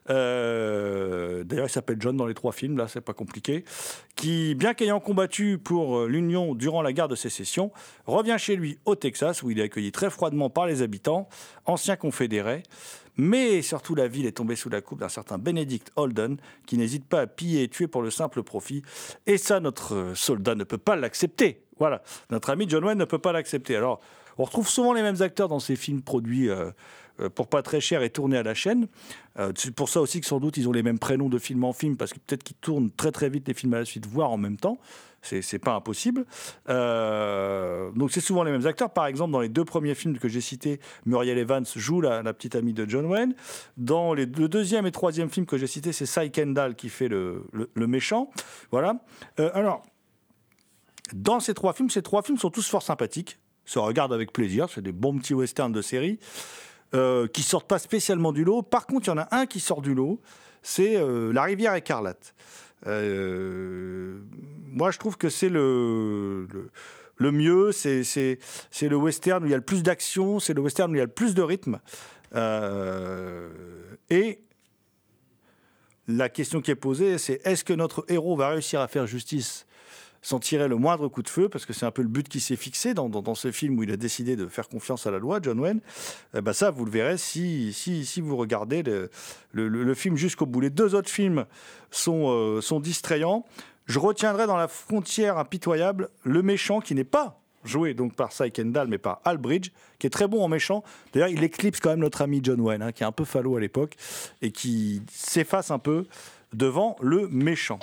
C: Euh, d'ailleurs, il s'appelle John dans les trois films, là, c'est pas compliqué. Qui, bien qu'ayant combattu pour l'Union durant la guerre de sécession, revient chez lui au Texas, où il est accueilli très froidement par les habitants, anciens confédérés. Mais surtout, la ville est tombée sous la coupe d'un certain Benedict Holden, qui n'hésite pas à piller et tuer pour le simple profit. Et ça, notre soldat ne peut pas l'accepter. Voilà, notre ami John Wayne ne peut pas l'accepter. Alors, on retrouve souvent les mêmes acteurs dans ces films produits euh, euh, pour pas très cher et tournés à la chaîne. Euh, c'est pour ça aussi que sans doute ils ont les mêmes prénoms de film en film, parce que peut-être qu'ils tournent très très vite les films à la suite, voire en même temps. C'est, c'est pas impossible. Euh, donc c'est souvent les mêmes acteurs. Par exemple, dans les deux premiers films que j'ai cités, Muriel Evans joue la, la petite amie de John Wayne. Dans les deux, deuxième et troisième films que j'ai cités, c'est Cy Kendall qui fait le, le, le méchant. Voilà. Euh, alors, dans ces trois films, ces trois films sont tous fort sympathiques. Se regardent avec plaisir. C'est des bons petits westerns de série euh, qui sortent pas spécialement du lot. Par contre, il y en a un qui sort du lot. C'est euh, La Rivière écarlate. Euh, moi, je trouve que c'est le, le, le mieux. C'est, c'est, c'est le western où il y a le plus d'action. C'est le western où il y a le plus de rythme. Euh, et la question qui est posée, c'est est-ce que notre héros va réussir à faire justice sans tirer le moindre coup de feu, parce que c'est un peu le but qui s'est fixé dans, dans, dans ce film où il a décidé de faire confiance à la loi, John Wayne. Eh ben ça, vous le verrez si, si, si vous regardez le, le, le film jusqu'au bout. Les deux autres films sont, euh, sont distrayants. Je retiendrai dans La frontière impitoyable le méchant qui n'est pas joué donc par Cy Kendall, mais par Hal Bridge, qui est très bon en méchant. D'ailleurs, il éclipse quand même notre ami John Wayne, hein, qui est un peu falot à l'époque, et qui s'efface un peu devant le méchant.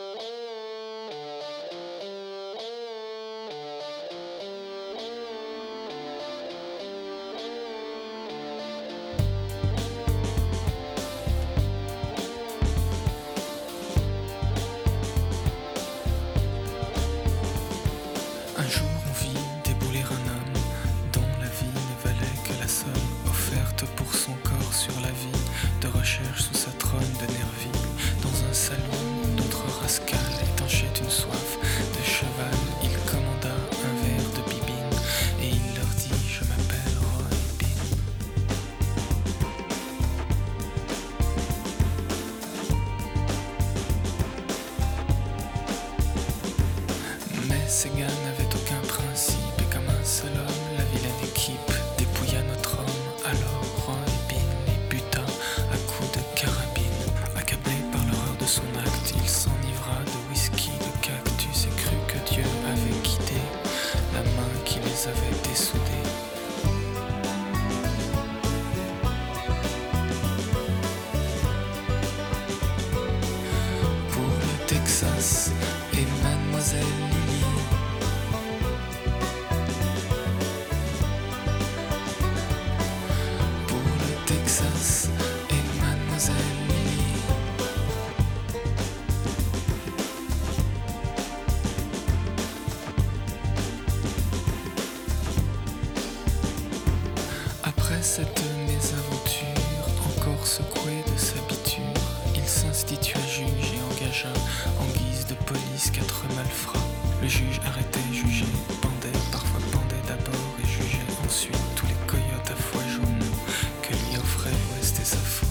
J: Cette mésaventure, encore secoué de sa biture, il s'institua juge et engagea en guise de police quatre malfrats. Le juge arrêtait, jugeait, pendait, parfois pendait d'abord et jugeait ensuite tous les coyotes à foie jaune que lui offrait l'Ouest et sa faune.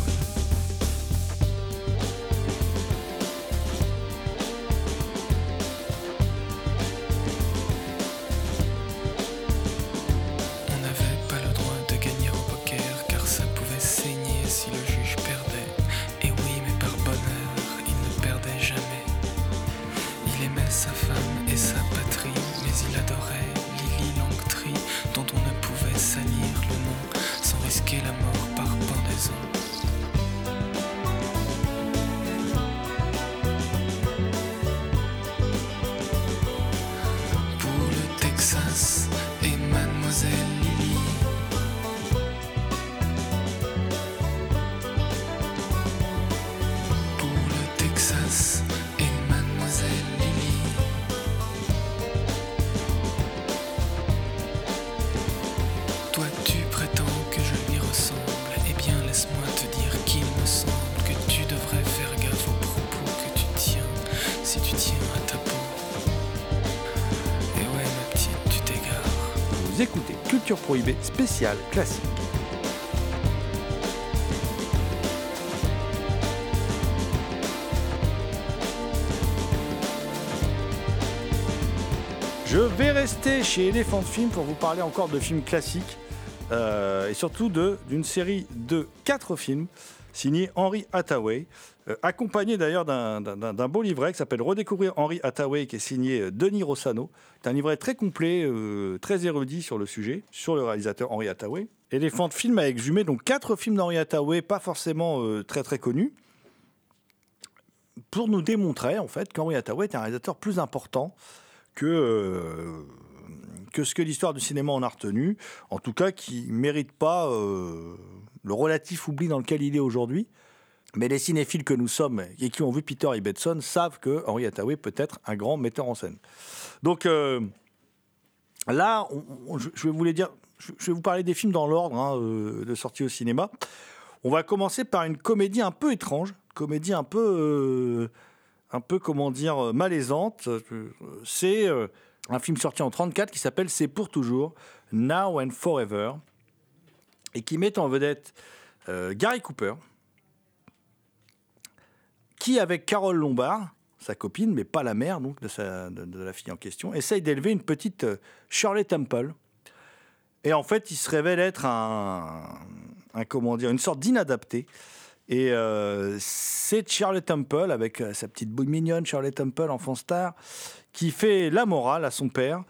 C: Écoutez Culture Prohibée spéciale classique. Je vais rester chez Elephant Film pour vous parler encore de films classiques euh, et surtout de, d'une série de quatre films signés Henry Hathaway. euh, accompagné d'ailleurs d'un, d'un, d'un beau livret qui s'appelle Redécouvrir Henry Hathaway, qui est signé euh, Denis Rossano. C'est un livret très complet, euh, très érudit sur le sujet, sur le réalisateur Henry Hathaway. Elephant Film a exhumé donc quatre films d'Henry Hathaway, pas forcément euh, très très connus, pour nous démontrer en fait qu'Henry Hathaway est un réalisateur plus important que, euh, que ce que l'histoire du cinéma en a retenu, en tout cas qui ne mérite pas euh, le relatif oubli dans lequel il est aujourd'hui. Mais les cinéphiles que nous sommes et qui ont vu Peter Ibbetson savent que Henry Hathaway peut être un grand metteur en scène. Donc euh, là, on, on, je, je vais vous les dire, je, je vais vous parler des films dans l'ordre hein, euh, de sortie au cinéma. On va commencer par une comédie un peu étrange, comédie un peu, euh, un peu comment dire, malaisante. C'est euh, un film sorti en trente-quatre qui s'appelle C'est pour toujours, Now and Forever, et qui met en vedette euh, Gary Cooper, qui, avec Carole Lombard, sa copine, mais pas la mère donc, de, sa, de, de la fille en question, essaye d'élever une petite euh, Shirley Temple. Et en fait, il se révèle être un, un comment dire, une sorte d'inadapté. Et euh, c'est Shirley Temple, avec euh, sa petite bouille mignonne, Shirley Temple, enfant star, qui fait la morale à son père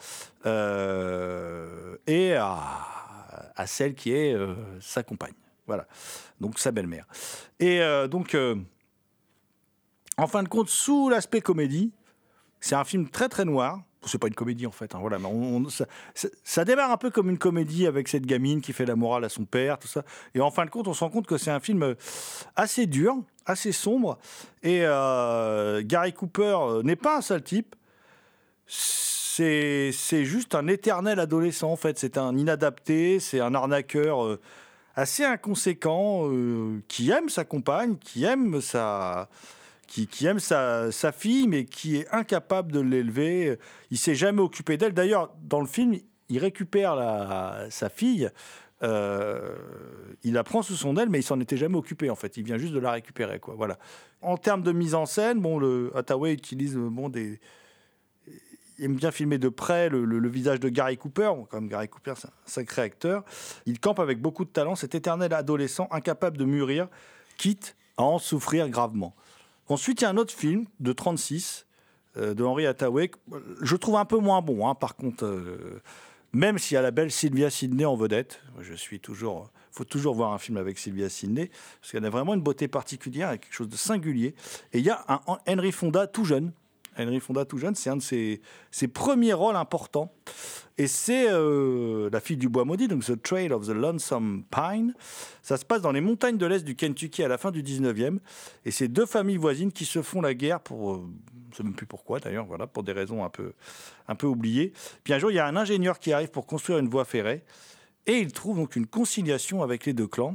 C: euh, et à, à celle qui est euh, sa compagne. Voilà, donc sa belle-mère. Et euh, donc... Euh, En fin de compte, sous l'aspect comédie, c'est un film très très noir. C'est pas une comédie en fait. Hein, voilà, mais on, on, ça, ça, ça démarre un peu comme une comédie avec cette gamine qui fait la morale à son père, tout ça. Et en fin de compte, on se rend compte que c'est un film assez dur, assez sombre. Et euh, Gary Cooper n'est pas un sale type. C'est, c'est juste un éternel adolescent en fait. C'est un inadapté, c'est un arnaqueur euh, assez inconséquent euh, qui aime sa compagne, qui aime sa... Qui, qui aime sa, sa fille, mais qui est incapable de l'élever. Il ne s'est jamais occupé d'elle. D'ailleurs, dans le film, il récupère la, sa fille, euh, il la prend sous son aile, mais il s'en était jamais occupé, en fait. Il vient juste de la récupérer, quoi. Voilà. En termes de mise en scène, bon, le Hathaway utilise bon, des... Il aime bien filmer de près le, le, le visage de Gary Cooper. Bon, comme Gary Cooper, c'est un sacré acteur. Il campe avec beaucoup de talent cet éternel adolescent incapable de mûrir, quitte à en souffrir gravement. Ensuite, il y a un autre film de trente-six euh, de Henry Hathaway. Je trouve un peu moins bon, hein, par contre, euh, même s'il y a la belle Sylvia Sidney en vedette. Je suis toujours, faut toujours voir un film avec Sylvia Sidney parce qu'elle a vraiment une beauté particulière, avec quelque chose de singulier. Et il y a un Henry Fonda tout jeune. Henry Fonda tout jeune, c'est un de ses, ses premiers rôles importants. Et c'est euh, La fille du bois maudit, donc The Trail of the Lonesome Pine. Ça se passe dans les montagnes de l'Est du Kentucky à la fin du dix-neuvième. Et c'est deux familles voisines qui se font la guerre pour... Euh, je ne sais même plus pourquoi d'ailleurs, voilà, pour des raisons un peu, un peu oubliées. Puis un jour, il y a un ingénieur qui arrive pour construire une voie ferrée. Et il trouve donc une conciliation avec les deux clans.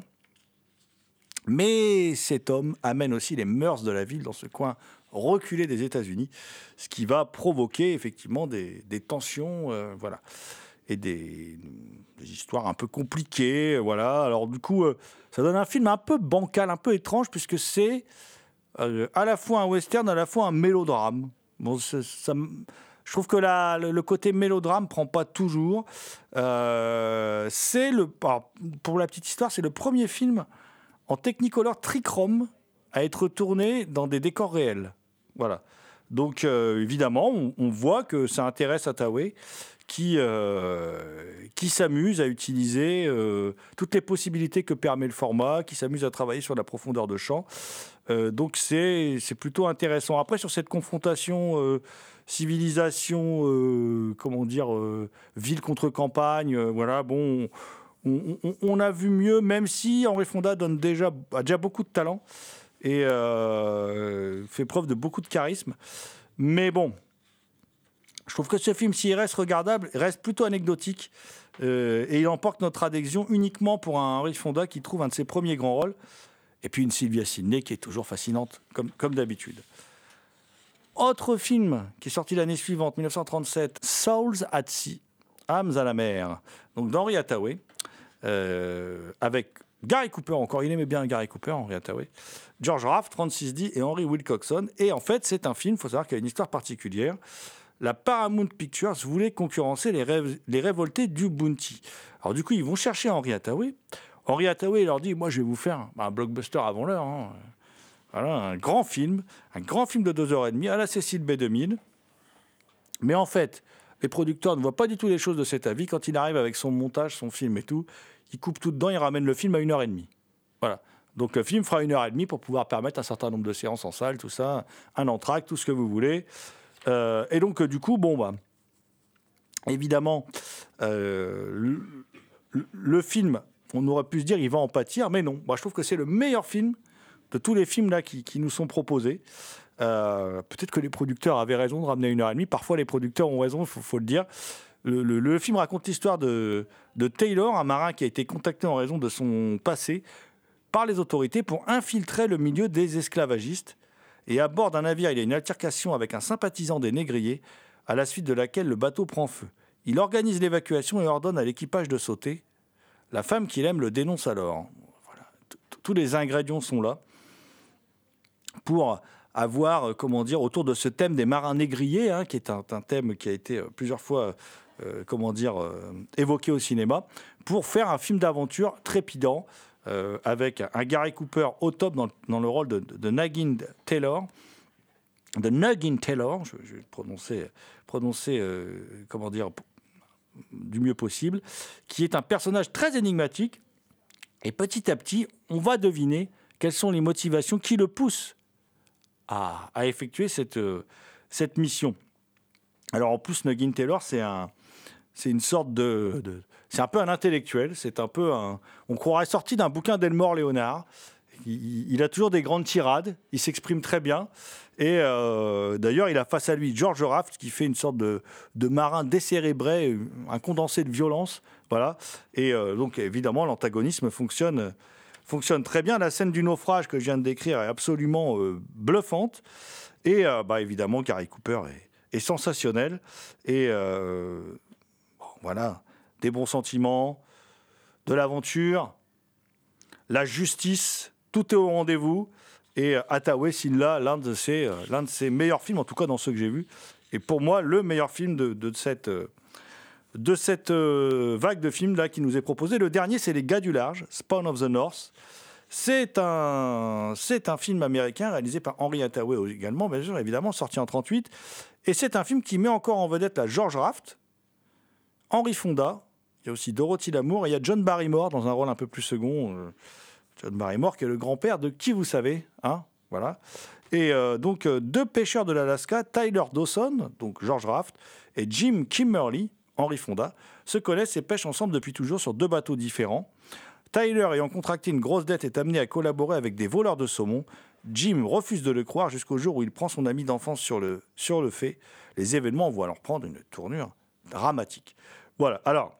C: Mais cet homme amène aussi les mœurs de la ville dans ce coin reculé des États-Unis, ce qui va provoquer effectivement des, des tensions, euh, voilà, et des, des histoires un peu compliquées, voilà. Alors du coup, euh, ça donne un film un peu bancal, un peu étrange, puisque c'est euh, à la fois un western, à la fois un mélodrame. Bon, ça, ça, je trouve que la, le, le côté mélodrame prend pas toujours. Euh, c'est le, alors, pour la petite histoire, c'est le premier film en Technicolor trichrome à être tourné dans des décors réels. Voilà. Donc, euh, évidemment, on, on voit que ça intéresse Hathaway, qui, euh, qui s'amuse à utiliser euh, toutes les possibilités que permet le format, qui s'amuse à travailler sur la profondeur de champ. Euh, donc, c'est, c'est plutôt intéressant. Après, sur cette confrontation euh, civilisation, euh, comment dire, euh, ville contre campagne, euh, voilà, bon... On, on, on a vu mieux, même si Henry Fonda donne déjà, a déjà beaucoup de talent et euh, fait preuve de beaucoup de charisme. Mais bon, je trouve que ce film, s'il reste regardable, reste plutôt anecdotique euh, et il emporte notre adhésion uniquement pour un Henry Fonda qui trouve un de ses premiers grands rôles et puis une Sylvia Sidney qui est toujours fascinante, comme, comme d'habitude. Autre film qui est sorti l'année suivante, dix-neuf cent trente-sept, Souls at Sea, âmes à la mer, donc d'Henry Hathaway. Euh, avec Gary Cooper encore, il aimait bien Gary Cooper, Henry Hathaway, George Raft, Francis D et Henry Wilcoxon. Et en fait, c'est un film, il faut savoir qu'il y a une histoire particulière. La Paramount Pictures voulait concurrencer les, rêves, les révoltés du Bounty. Alors du coup, ils vont chercher Henry Hathaway. Henry Hathaway leur dit, moi je vais vous faire un blockbuster avant l'heure. Hein. Voilà, un grand film, un grand film de deux heures trente à la Cécile B deux mille. Mais en fait, les producteurs ne voient pas du tout les choses de cet avis. Quand il arrive avec son montage, son film et tout, il coupe tout dedans, il ramène le film à une heure trente. Voilà. Donc le film fera une heure trente pour pouvoir permettre un certain nombre de séances en salle, tout ça, un entracte, tout ce que vous voulez. Euh, et donc, euh, du coup, bon, bah, évidemment, euh, le, le film, on aurait pu se dire, il va en pâtir, mais non. Moi, je trouve que c'est le meilleur film de tous les films là qui, qui nous sont proposés. Euh, peut-être que les producteurs avaient raison de ramener une heure trente. Parfois, les producteurs ont raison, il faut, faut le dire. Le, le, le film raconte l'histoire de, de Taylor, un marin qui a été contacté en raison de son passé par les autorités pour infiltrer le milieu des esclavagistes. Et à bord d'un navire, il y a une altercation avec un sympathisant des négriers, à la suite de laquelle le bateau prend feu. Il organise l'évacuation et ordonne à l'équipage de sauter. La femme qu'il aime le dénonce alors. Voilà. Tous les ingrédients sont là pour avoir, comment dire, autour de ce thème des marins négriers, hein, qui est un, un thème qui a été plusieurs fois, euh, comment dire, euh, évoqué au cinéma, pour faire un film d'aventure trépidant, euh, avec un Gary Cooper au top dans, dans le rôle de, de, de Nagin Taylor, de Nagin Taylor, je, je vais le prononcer, prononcer euh, comment dire, du mieux possible, qui est un personnage très énigmatique, et petit à petit, on va deviner quelles sont les motivations qui le poussent À, à effectuer cette, euh, cette mission. Alors en plus, Nagin Taylor, c'est un, c'est une sorte de, de, c'est un peu un intellectuel. C'est un peu un, on croirait sorti d'un bouquin d'Elmore Leonard. Il, il a toujours des grandes tirades. Il s'exprime très bien. Et euh, d'ailleurs, il a face à lui George Raft, qui fait une sorte de, de marin décérébré, un condensé de violence. Voilà. Et euh, donc évidemment, l'antagonisme fonctionne. fonctionne très bien. La scène du naufrage que je viens de décrire est absolument euh, bluffante. Et euh, bah, évidemment, Gary Cooper est, est sensationnel. Et euh, bon, voilà, des bons sentiments, de l'aventure, la justice, tout est au rendez-vous. Et euh, Hathaway signe là l'un de ses, euh, l'un de ses meilleurs films, en tout cas dans ceux que j'ai vus. Et pour moi, le meilleur film de, de cette... Euh, de cette euh, vague de films là qui nous est proposée. Le dernier, c'est Les Gars du Large, Spawn of the North. C'est un, c'est un film américain réalisé par Henry Hathaway également, bien sûr, évidemment, sorti en trente-huit. Et c'est un film qui met encore en vedette la George Raft, Henry Fonda, il y a aussi Dorothy Lamour, et il y a John Barrymore dans un rôle un peu plus second. Euh, John Barrymore qui est le grand-père de Qui vous savez, hein, voilà. Et euh, donc, euh, deux pêcheurs de l'Alaska, Tyler Dawson, donc George Raft, et Jim Kimmerly, Henry Fonda, se connaissent et pêchent ensemble depuis toujours sur deux bateaux différents. Tyler, ayant contracté une grosse dette, est amené à collaborer avec des voleurs de saumon. Jim refuse de le croire jusqu'au jour où il prend son ami d'enfance sur le, sur le fait. Les événements vont alors prendre une tournure dramatique. Voilà, alors,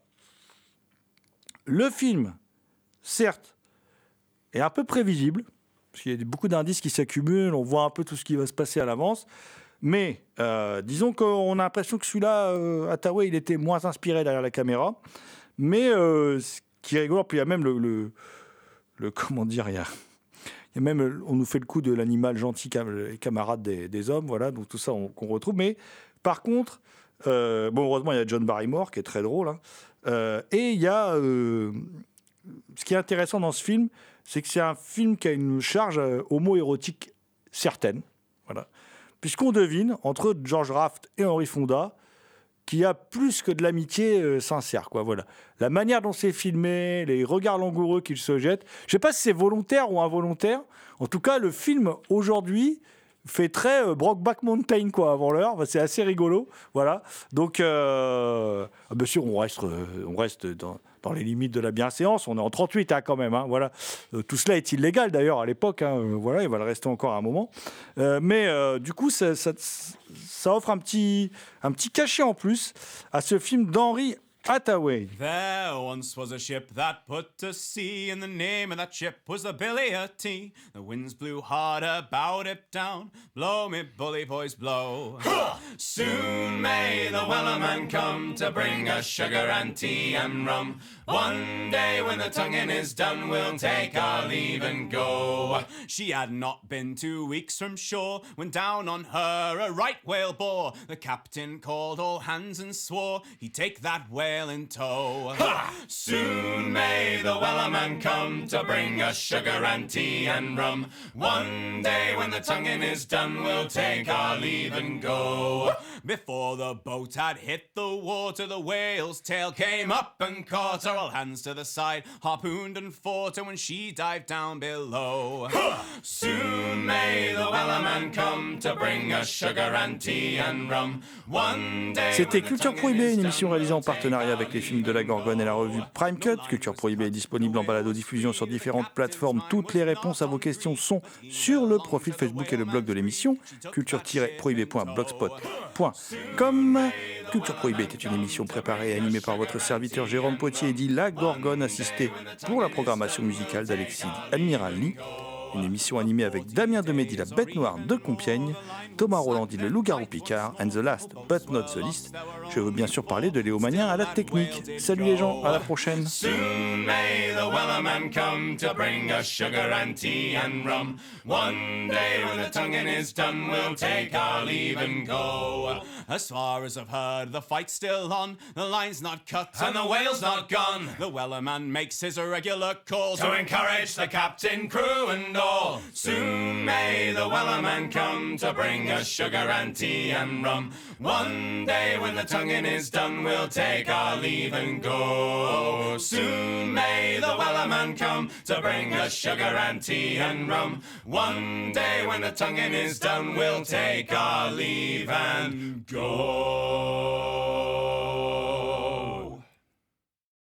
C: le film, certes, est un peu prévisible, parce qu'il y a beaucoup d'indices qui s'accumulent, on voit un peu tout ce qui va se passer à l'avance. Mais euh, disons qu'on a l'impression que celui-là, euh, Hathaway, il était moins inspiré derrière la caméra. Mais euh, ce qui est rigolo, puis il y a même le, le, le comment dire, il y a, il y a même, on nous fait le coup de l'animal gentil, cam- camarade des, des hommes, voilà, donc tout ça on, qu'on retrouve. Mais par contre, euh, bon, heureusement, il y a John Barrymore qui est très drôle, hein, euh, et il y a, euh, ce qui est intéressant dans ce film, c'est que c'est un film qui a une charge euh, homo-érotique certaine, voilà. Puisqu'on devine, entre George Raft et Henry Fonda, qu'il y a plus que de l'amitié euh, sincère, quoi, voilà. La manière dont c'est filmé, les regards langoureux qu'ils se jettent, je ne sais pas si c'est volontaire ou involontaire. En tout cas, le film, aujourd'hui, fait très euh, Brokeback Mountain, quoi, avant l'heure. Enfin, c'est assez rigolo, voilà. Donc, euh, bien sûr, on reste, euh, on reste dans... dans les limites de la bienséance, on est en trente-huit hein, quand même, hein, voilà. Euh, tout cela est illégal d'ailleurs à l'époque, hein, euh, voilà, il va le rester encore un moment. Euh, mais euh, du coup, ça, ça, ça offre un petit, un petit cachet en plus à ce film d'Henry Hathaway.
K: There once was a ship that put to sea, and the name of that ship was the Billy O' Tea. The winds blew hard about it down, blow me bully boys blow. Soon may the Wellerman come to bring us sugar and tea and rum. One day when the tonguing is done, we'll take our leave and go. She had not been two weeks from shore when down on her a right whale bore. The captain called all hands and swore he'd take that whale sail in tow. Soon may the Wellerman come to bring us sugar and tea and rum. One day when the tonguing is done, we'll take our leave and go. Before the boat had hit the water, the whale's tail came up and caught her. All hands to the side, harpooned and fought her when she dived down below. Soon may the Wellerman come to bring us sugar and tea and rum. One day.
C: C'était Culture Prohibée, une émission réalisée en partenariat avec les films de la Gorgone et la revue Prime Cut. Culture Prohibée est disponible en balado-diffusion sur différentes plateformes. Toutes les réponses à vos questions sont sur le profil Facebook et le blog de l'émission, culture tiret prohibée point blogspot point com. Culture Prohibée était une émission préparée et animée par votre serviteur Jérôme Potier, dit La Gorgone, assisté pour la programmation musicale d'Alexis Admiral Lee. Une émission animée avec Damien Demedy, la bête noire de Compiègne, Thomas Rolandi, le loup-garou Picard, and the last but not the least, je veux bien sûr parler de Léo Magnien à la technique. Salut les gens, à la prochaine.
K: Soon may the Wellerman come to bring us sugar and tea and rum. One day when the tonguing is done, we'll take our leave and go. As far as I've heard, the fight's still on, the line's not cut and the whale's not gone. The Wellerman makes his regular call to encourage the captain, crew and all. Soon may the Wellerman come to bring us sugar and tea and rum. One day when the tonguing is done, we'll take our leave and go. Soon may the Wellerman come to bring us sugar and tea and rum. One day when the tonguing is done, we'll take our leave and go.